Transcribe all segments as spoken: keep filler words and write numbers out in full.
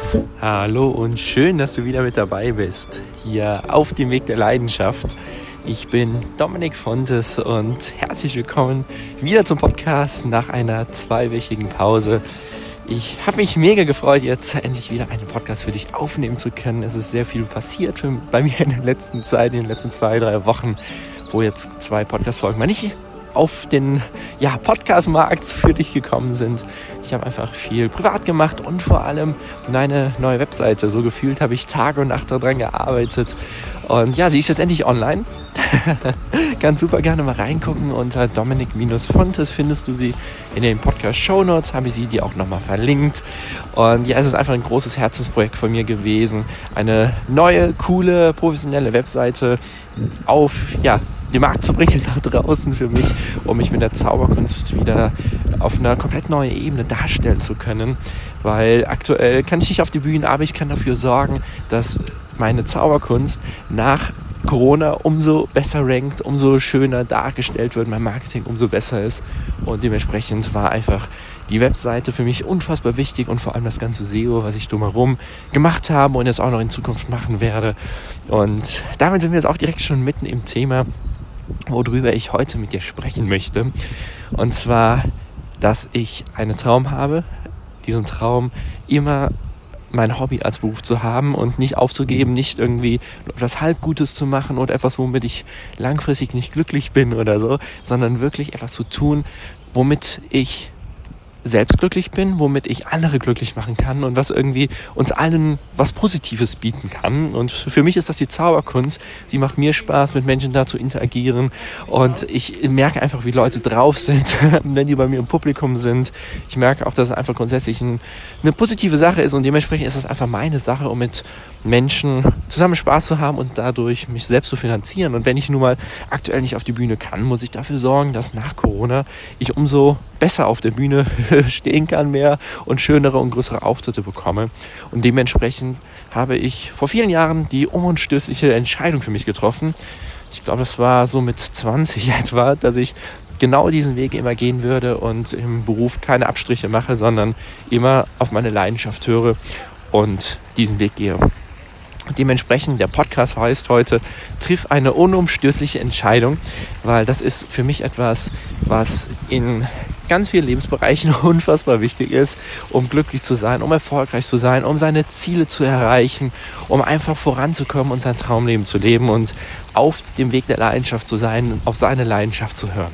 Hallo und schön, dass du wieder mit dabei bist, hier auf dem Weg der Leidenschaft. Ich bin Dominik Fontes und herzlich willkommen wieder zum Podcast nach einer zweiwöchigen Pause. Ich habe mich mega gefreut, jetzt endlich wieder einen Podcast für dich aufnehmen zu können. Es ist sehr viel passiert für, bei mir in der letzten Zeit, in den letzten zwei, drei Wochen, wo jetzt zwei Podcast-Folgen mal nicht auf den ja, Podcast-Markt für dich gekommen sind. Ich habe einfach viel privat gemacht und vor allem eine neue Webseite. So gefühlt habe ich Tag und Nacht daran gearbeitet. Und ja, sie ist jetzt endlich online. Ganz super, gerne mal reingucken. Unter Dominik-Fontes findest du sie in den Podcast-Shownotes. Habe ich sie dir auch nochmal verlinkt. Und ja, es ist einfach ein großes Herzensprojekt von mir gewesen. Eine neue, coole, professionelle Webseite auf, ja, den Markt zu bringen nach draußen für mich, um mich mit der Zauberkunst wieder auf einer komplett neuen Ebene darstellen zu können. Weil aktuell kann ich nicht auf die Bühne, aber ich kann dafür sorgen, dass meine Zauberkunst nach Corona umso besser rankt, umso schöner dargestellt wird, mein Marketing umso besser ist. Und dementsprechend war einfach die Webseite für mich unfassbar wichtig und vor allem das ganze S E O, was ich drumherum gemacht habe und jetzt auch noch in Zukunft machen werde. Und damit sind wir jetzt auch direkt schon mitten im Thema, worüber ich heute mit dir sprechen möchte. Und zwar, dass ich einen Traum habe, diesen Traum immer mein Hobby als Beruf zu haben und nicht aufzugeben, nicht irgendwie etwas Halbgutes zu machen oder etwas, womit ich langfristig nicht glücklich bin oder so, sondern wirklich etwas zu tun, womit ich selbst glücklich bin, womit ich andere glücklich machen kann und was irgendwie uns allen was Positives bieten kann. Und für mich ist das die Zauberkunst. Sie macht mir Spaß, mit Menschen da zu interagieren. Und ich merke einfach, wie Leute drauf sind, wenn die bei mir im Publikum sind. Ich merke auch, dass es einfach grundsätzlich ein, eine positive Sache ist und dementsprechend ist es einfach meine Sache, um mit Menschen zusammen Spaß zu haben und dadurch mich selbst zu finanzieren. Und wenn ich nun mal aktuell nicht auf die Bühne kann, muss ich dafür sorgen, dass nach Corona ich umso besser auf der Bühne stehen kann, mehr und schönere und größere Auftritte bekomme. Und dementsprechend habe ich vor vielen Jahren die unumstößliche Entscheidung für mich getroffen. Ich glaube, das war so mit zwanzig etwa, dass ich genau diesen Weg immer gehen würde und im Beruf keine Abstriche mache, sondern immer auf meine Leidenschaft höre und diesen Weg gehe. Dementsprechend, der Podcast heißt heute, triff eine unumstößliche Entscheidung, weil das ist für mich etwas, was in ganz vielen Lebensbereichen unfassbar wichtig ist, um glücklich zu sein, um erfolgreich zu sein, um seine Ziele zu erreichen, um einfach voranzukommen und sein Traumleben zu leben und auf dem Weg der Leidenschaft zu sein, auf seine Leidenschaft zu hören.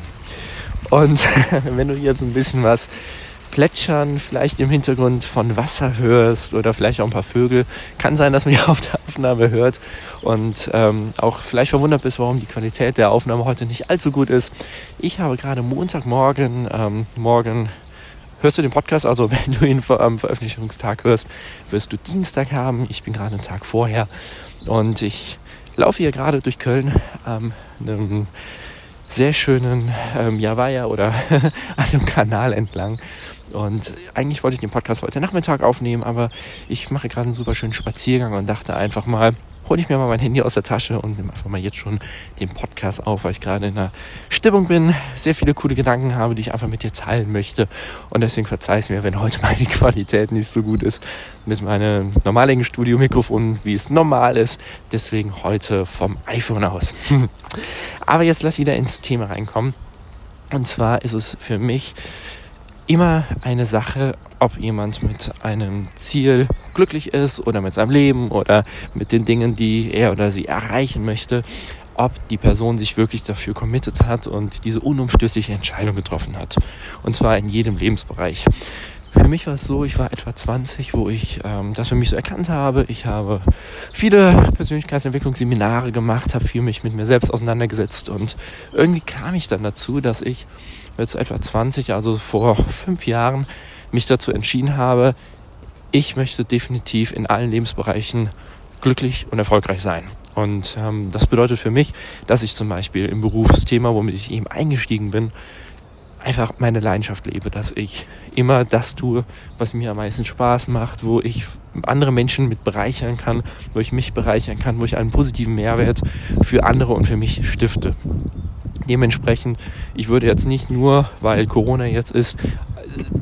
Und wenn du jetzt ein bisschen was Plätschern, vielleicht im Hintergrund von Wasser hörst oder vielleicht auch ein paar Vögel. Kann sein, dass man die auf der Aufnahme hört und ähm, auch vielleicht verwundert bist, warum die Qualität der Aufnahme heute nicht allzu gut ist. Ich habe gerade Montagmorgen, ähm, morgen hörst du den Podcast, also wenn du ihn am Veröffentlichungstag hörst, wirst du Dienstag haben. Ich bin gerade einen Tag vorher und ich laufe hier gerade durch Köln am ähm, sehr schönen ähm, Javaya oder an dem Kanal entlang. Und eigentlich wollte ich den Podcast heute Nachmittag aufnehmen, aber ich mache gerade einen super schönen Spaziergang und dachte einfach mal, hole ich mir mal mein Handy aus der Tasche und nehme einfach mal jetzt schon den Podcast auf, weil ich gerade in einer Stimmung bin, sehr viele coole Gedanken habe, die ich einfach mit dir teilen möchte. Und deswegen verzeih es mir, wenn heute meine Qualität nicht so gut ist mit meinem normalen Studiomikrofon, wie es normal ist. Deswegen heute vom iPhone aus. Aber jetzt lass wieder ins Thema reinkommen. Und zwar ist es für mich immer eine Sache, ob jemand mit einem Ziel glücklich ist oder mit seinem Leben oder mit den Dingen, die er oder sie erreichen möchte, ob die Person sich wirklich dafür committed hat und diese unumstößliche Entscheidung getroffen hat. Und zwar in jedem Lebensbereich. Für mich war es so, ich war etwa zwanzig, wo ich ähm, das für mich so erkannt habe. Ich habe viele Persönlichkeitsentwicklungsseminare gemacht, habe viel mich mit mir selbst auseinandergesetzt und irgendwie kam ich dann dazu, dass ich jetzt etwa zwanzig, also vor fünf Jahren, mich dazu entschieden habe, ich möchte definitiv in allen Lebensbereichen glücklich und erfolgreich sein. Und ähm, das bedeutet für mich, dass ich zum Beispiel im Berufsthema, womit ich eben eingestiegen bin, einfach meine Leidenschaft lebe, dass ich immer das tue, was mir am meisten Spaß macht, wo ich andere Menschen mit bereichern kann, wo ich mich bereichern kann, wo ich einen positiven Mehrwert für andere und für mich stifte. Dementsprechend, ich würde jetzt nicht nur, weil Corona jetzt ist,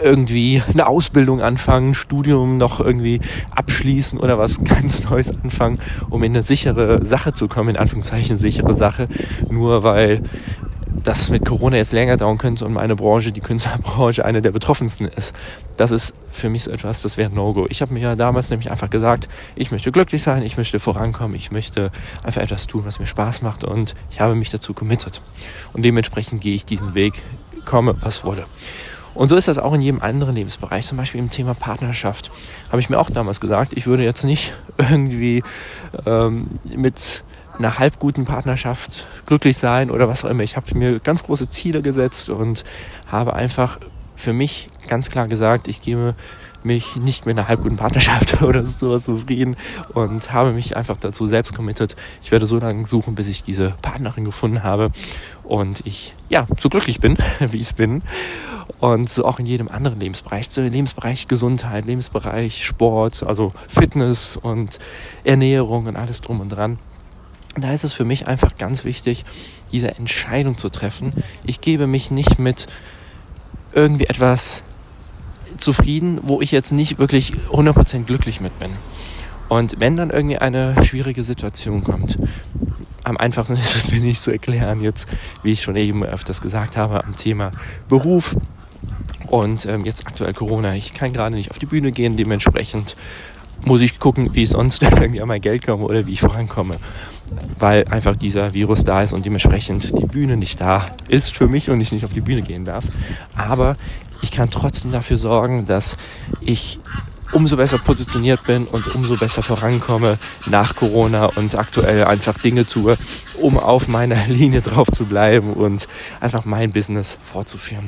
irgendwie eine Ausbildung anfangen, Studium noch irgendwie abschließen oder was ganz Neues anfangen, um in eine sichere Sache zu kommen, in Anführungszeichen sichere Sache, nur weil das mit Corona jetzt länger dauern könnte und meine Branche, die Künstlerbranche, eine der betroffensten ist. Das ist für mich so etwas, das wäre ein No-Go. Ich habe mir ja damals nämlich einfach gesagt, ich möchte glücklich sein, ich möchte vorankommen, ich möchte einfach etwas tun, was mir Spaß macht und ich habe mich dazu committed. Und dementsprechend gehe ich diesen Weg, komme, was wolle. Und so ist das auch in jedem anderen Lebensbereich, zum Beispiel im Thema Partnerschaft. Habe ich mir auch damals gesagt, ich würde jetzt nicht irgendwie ähm, mit einer halbguten Partnerschaft glücklich sein oder was auch immer. Ich habe mir ganz große Ziele gesetzt und habe einfach für mich ganz klar gesagt, ich gebe mich nicht mit einer halbguten Partnerschaft oder sowas zufrieden und habe mich einfach dazu selbst committed. Ich werde so lange suchen, bis ich diese Partnerin gefunden habe und ich ja so glücklich bin, wie ich es bin. Und so auch in jedem anderen Lebensbereich, so Lebensbereich Gesundheit, Lebensbereich Sport, also Fitness und Ernährung und alles drum und dran. Da ist es für mich einfach ganz wichtig, diese Entscheidung zu treffen. Ich gebe mich nicht mit irgendwie etwas zufrieden, wo ich jetzt nicht wirklich hundert Prozent glücklich mit bin. Und wenn dann irgendwie eine schwierige Situation kommt, am einfachsten ist es mir nicht zu erklären, jetzt, wie ich schon eben öfters gesagt habe, am Thema Beruf und ähm, jetzt aktuell Corona. Ich kann gerade nicht auf die Bühne gehen, dementsprechend muss ich gucken, wie ich sonst irgendwie an mein Geld komme oder wie ich vorankomme, weil einfach dieser Virus da ist und dementsprechend die Bühne nicht da ist für mich und ich nicht auf die Bühne gehen darf. Aber ich kann trotzdem dafür sorgen, dass ich umso besser positioniert bin und umso besser vorankomme nach Corona und aktuell einfach Dinge tue, um auf meiner Linie drauf zu bleiben und einfach mein Business fortzuführen.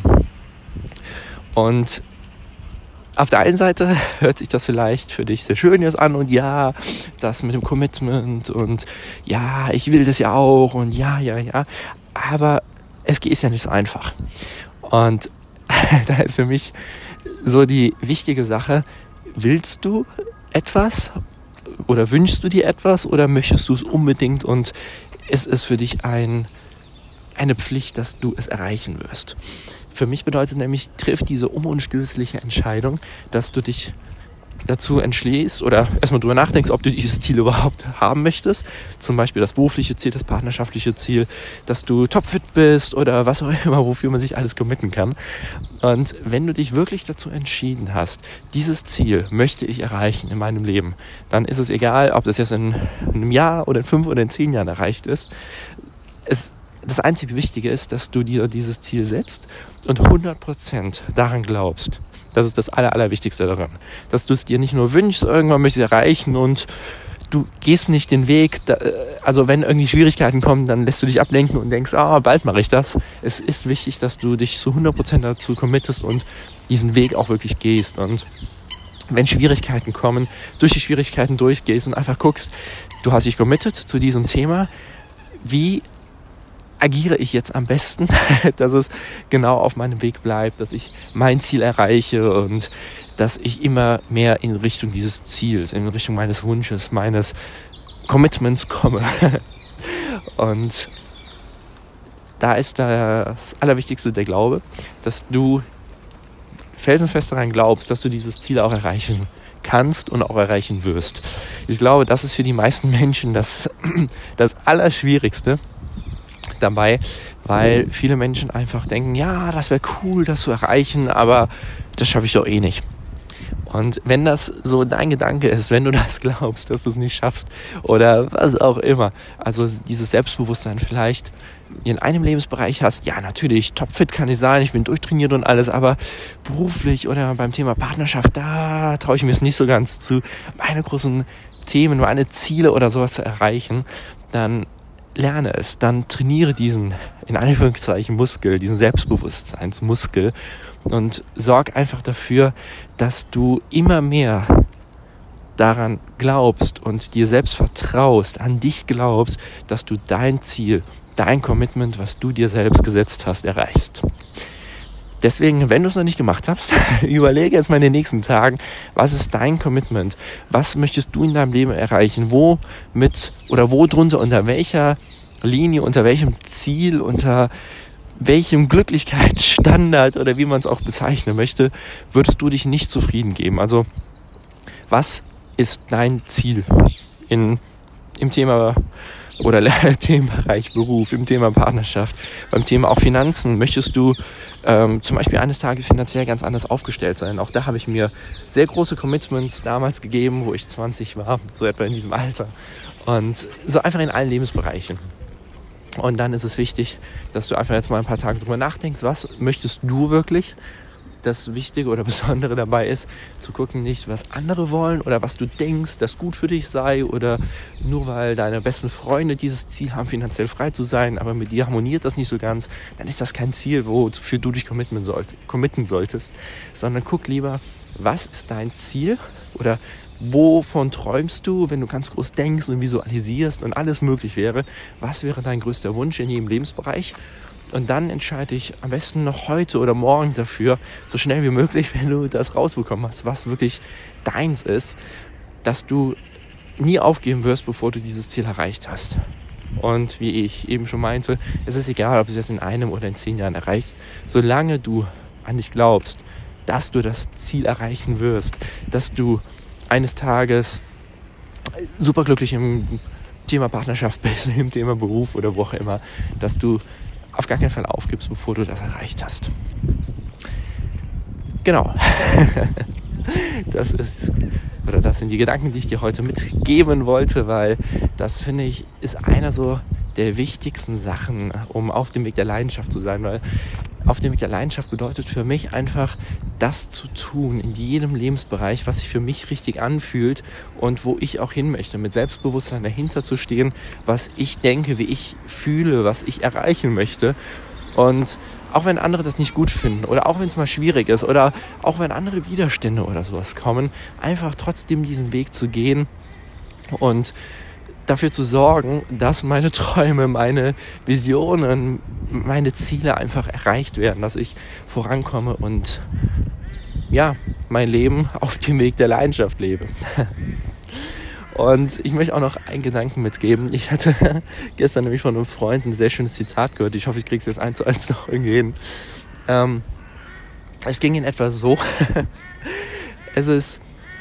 Und auf der einen Seite hört sich das vielleicht für dich sehr schön jetzt an und ja, das mit dem Commitment und ja, ich will das ja auch und ja, ja, ja, aber es ist ja nicht so einfach. Und da ist für mich so die wichtige Sache, willst du etwas oder wünschst du dir etwas oder möchtest du es unbedingt und es ist für dich ein, eine Pflicht, dass du es erreichen wirst. Für mich bedeutet nämlich, triff diese unumstößliche Entscheidung, dass du dich dazu entschließt oder erstmal drüber nachdenkst, ob du dieses Ziel überhaupt haben möchtest. Zum Beispiel das berufliche Ziel, das partnerschaftliche Ziel, dass du topfit bist oder was auch immer, wofür man sich alles committen kann. Und wenn du dich wirklich dazu entschieden hast, dieses Ziel möchte ich erreichen in meinem Leben, dann ist es egal, ob das jetzt in einem Jahr oder in fünf oder in zehn Jahren erreicht ist. Es Das einzige Wichtige ist, dass du dir dieses Ziel setzt und hundert Prozent daran glaubst. Das ist das Aller, Allerwichtigste daran. Dass du es dir nicht nur wünschst, irgendwann möchtest du erreichen und du gehst nicht den Weg, da, also wenn irgendwie Schwierigkeiten kommen, dann lässt du dich ablenken und denkst, ah, bald mache ich das. Es ist wichtig, dass du dich zu hundert Prozent dazu committest und diesen Weg auch wirklich gehst. Und wenn Schwierigkeiten kommen, durch die Schwierigkeiten durchgehst und einfach guckst, du hast dich committed zu diesem Thema, wie agiere ich jetzt am besten, dass es genau auf meinem Weg bleibt, dass ich mein Ziel erreiche und dass ich immer mehr in Richtung dieses Ziels, in Richtung meines Wunsches, meines Commitments komme. Und da ist das Allerwichtigste der Glaube, dass du felsenfest daran glaubst, dass du dieses Ziel auch erreichen kannst und auch erreichen wirst. Ich glaube, das ist für die meisten Menschen das, das Allerschwierigste dabei, weil viele Menschen einfach denken, ja, das wäre cool, das zu erreichen, aber das schaffe ich doch eh nicht. Und wenn das so dein Gedanke ist, wenn du das glaubst, dass du es nicht schaffst oder was auch immer, also dieses Selbstbewusstsein vielleicht in einem Lebensbereich hast, ja natürlich, topfit kann ich sein, ich bin durchtrainiert und alles, aber beruflich oder beim Thema Partnerschaft, da traue ich mir es nicht so ganz zu, meine großen Themen, meine Ziele oder sowas zu erreichen, dann lerne es, dann trainiere diesen, in Anführungszeichen, Muskel, diesen Selbstbewusstseinsmuskel und sorg einfach dafür, dass du immer mehr daran glaubst und dir selbst vertraust, an dich glaubst, dass du dein Ziel, dein Commitment, was du dir selbst gesetzt hast, erreichst. Deswegen, wenn du es noch nicht gemacht hast, überlege jetzt mal in den nächsten Tagen, was ist dein Commitment? Was möchtest du in deinem Leben erreichen? Wo mit oder wo drunter, unter welcher Linie, unter welchem Ziel, unter welchem Glücklichkeitsstandard oder wie man es auch bezeichnen möchte, würdest du dich nicht zufrieden geben? Also was ist dein Ziel in, im Thema oder Themenbereich Beruf, im Thema Partnerschaft, beim Thema auch Finanzen? Möchtest du ähm, zum Beispiel eines Tages finanziell ganz anders aufgestellt sein? Auch da habe ich mir sehr große Commitments damals gegeben, wo ich zwanzig war, so etwa in diesem Alter. Und so einfach in allen Lebensbereichen. Und dann ist es wichtig, dass du einfach jetzt mal ein paar Tage drüber nachdenkst, was möchtest du wirklich? Das Wichtige oder Besondere dabei ist, zu gucken, nicht was andere wollen oder was du denkst, das gut für dich sei, oder nur weil deine besten Freunde dieses Ziel haben, finanziell frei zu sein, aber mit dir harmoniert das nicht so ganz, dann ist das kein Ziel, wofür du dich committen, sollt, committen solltest, sondern guck lieber, was ist dein Ziel oder wovon träumst du, wenn du ganz groß denkst und visualisierst und alles möglich wäre, was wäre dein größter Wunsch in jedem Lebensbereich? Und dann entscheide ich am besten noch heute oder morgen dafür, so schnell wie möglich, wenn du das rausbekommen hast, was wirklich deins ist, dass du nie aufgeben wirst, bevor du dieses Ziel erreicht hast. Und wie ich eben schon meinte, es ist egal, ob du es jetzt in einem oder in zehn Jahren erreichst, solange du an dich glaubst, dass du das Ziel erreichen wirst, dass du eines Tages superglücklich im Thema Partnerschaft bist, im Thema Beruf oder wo auch immer, dass du auf gar keinen Fall aufgibst, bevor du das erreicht hast. Genau. Das ist, oder das sind die Gedanken, die ich dir heute mitgeben wollte, weil das, finde ich, ist einer so der wichtigsten Sachen, um auf dem Weg der Leidenschaft zu sein, weil auf dem Weg der Leidenschaft bedeutet für mich einfach, das zu tun in jedem Lebensbereich, was sich für mich richtig anfühlt und wo ich auch hin möchte, mit Selbstbewusstsein dahinter zu stehen, was ich denke, wie ich fühle, was ich erreichen möchte. Und auch wenn andere das nicht gut finden oder auch wenn es mal schwierig ist oder auch wenn andere Widerstände oder sowas kommen, einfach trotzdem diesen Weg zu gehen und dafür zu sorgen, dass meine Träume, meine Visionen, meine Ziele einfach erreicht werden, dass ich vorankomme und ja, mein Leben auf dem Weg der Leidenschaft lebe. Und ich möchte auch noch einen Gedanken mitgeben. Ich hatte gestern nämlich von einem Freund ein sehr schönes Zitat gehört. Ich hoffe, ich kriege es jetzt eins zu eins noch irgendwie hin. Ähm, es ging in etwa so. Es ist,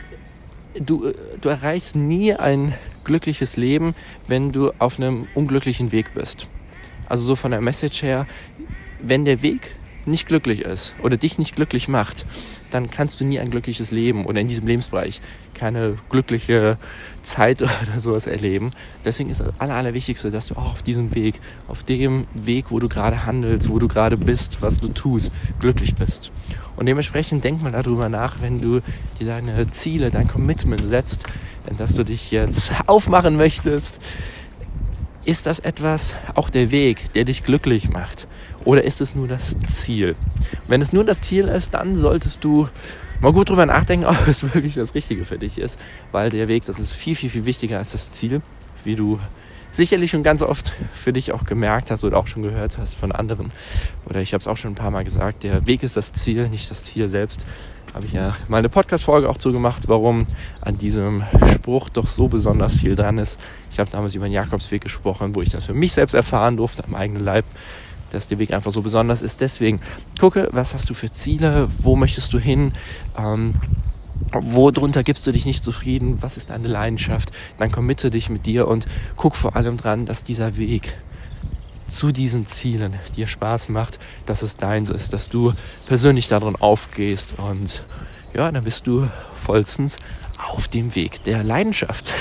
du, du erreichst nie ein glückliches Leben, wenn du auf einem unglücklichen Weg bist. Also so von der Message her, wenn der Weg nicht glücklich ist oder dich nicht glücklich macht, dann kannst du nie ein glückliches Leben oder in diesem Lebensbereich keine glückliche Zeit oder sowas erleben. Deswegen ist das Aller, Allerwichtigste, dass du auch auf diesem Weg, auf dem Weg, wo du gerade handelst, wo du gerade bist, was du tust, glücklich bist. Und dementsprechend denk mal darüber nach, wenn du dir deine Ziele, dein Commitment setzt, dass du dich jetzt aufmachen möchtest. Ist das etwas, auch der Weg, der dich glücklich macht? Oder ist es nur das Ziel? Wenn es nur das Ziel ist, dann solltest du mal gut drüber nachdenken, ob es wirklich das Richtige für dich ist. Weil der Weg, das ist viel, viel, viel wichtiger als das Ziel. Wie du sicherlich schon ganz oft für dich auch gemerkt hast oder auch schon gehört hast von anderen. Oder ich habe es auch schon ein paar Mal gesagt, der Weg ist das Ziel, nicht das Ziel selbst. Habe ich ja mal eine Podcast-Folge auch zugemacht, warum an diesem Spruch doch so besonders viel dran ist. Ich habe damals über den Jakobsweg gesprochen, wo ich das für mich selbst erfahren durfte, am eigenen Leib, dass der Weg einfach so besonders ist. Deswegen gucke, was hast du für Ziele, wo möchtest du hin, ähm, wo drunter gibst du dich nicht zufrieden, was ist deine Leidenschaft, dann committe dich mit dir und guck vor allem dran, dass dieser Weg zu diesen Zielen dir Spaß macht, dass es deins ist, dass du persönlich darin aufgehst und ja, dann bist du vollstens auf dem Weg der Leidenschaft.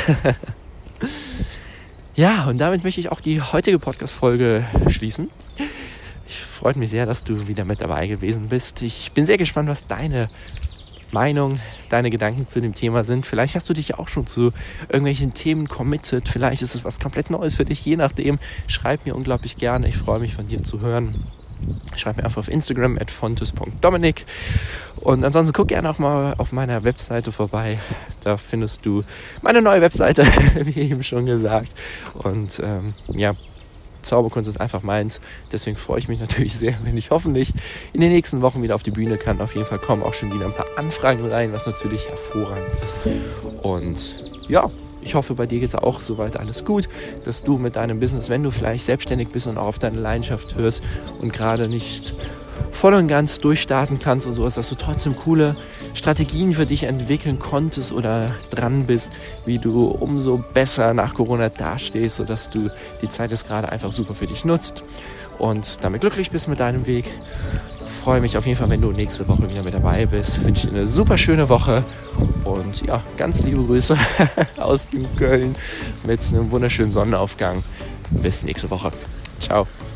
Ja, und damit möchte ich auch die heutige Podcast-Folge schließen. Ich freue mich sehr, dass du wieder mit dabei gewesen bist. Ich bin sehr gespannt, was deine Meinung, deine Gedanken zu dem Thema sind. Vielleicht hast du dich auch schon zu irgendwelchen Themen committed. Vielleicht ist es was komplett Neues für dich. Je nachdem, schreib mir unglaublich gerne. Ich freue mich, von dir zu hören. Schreib mir einfach auf Instagram at fontes punkt dominik. Und ansonsten guck gerne auch mal auf meiner Webseite vorbei. Da findest du meine neue Webseite, wie eben schon gesagt. Und ähm, ja, Zauberkunst ist einfach meins. Deswegen freue ich mich natürlich sehr, wenn ich hoffentlich in den nächsten Wochen wieder auf die Bühne kann. Auf jeden Fall kommen auch schon wieder ein paar Anfragen rein, was natürlich hervorragend ist. Und ja, ich hoffe, bei dir geht es auch soweit alles gut, dass du mit deinem Business, wenn du vielleicht selbstständig bist und auch auf deine Leidenschaft hörst und gerade nicht voll und ganz durchstarten kannst und sowas, dass du trotzdem coole Strategien für dich entwickeln konntest oder dran bist, wie du umso besser nach Corona dastehst, sodass du die Zeit jetzt gerade einfach super für dich nutzt und damit glücklich bist mit deinem Weg. Ich freue mich auf jeden Fall, wenn du nächste Woche wieder mit dabei bist. Ich wünsche dir eine super schöne Woche und ja, ganz liebe Grüße aus dem Köln mit einem wunderschönen Sonnenaufgang. Bis nächste Woche. Ciao.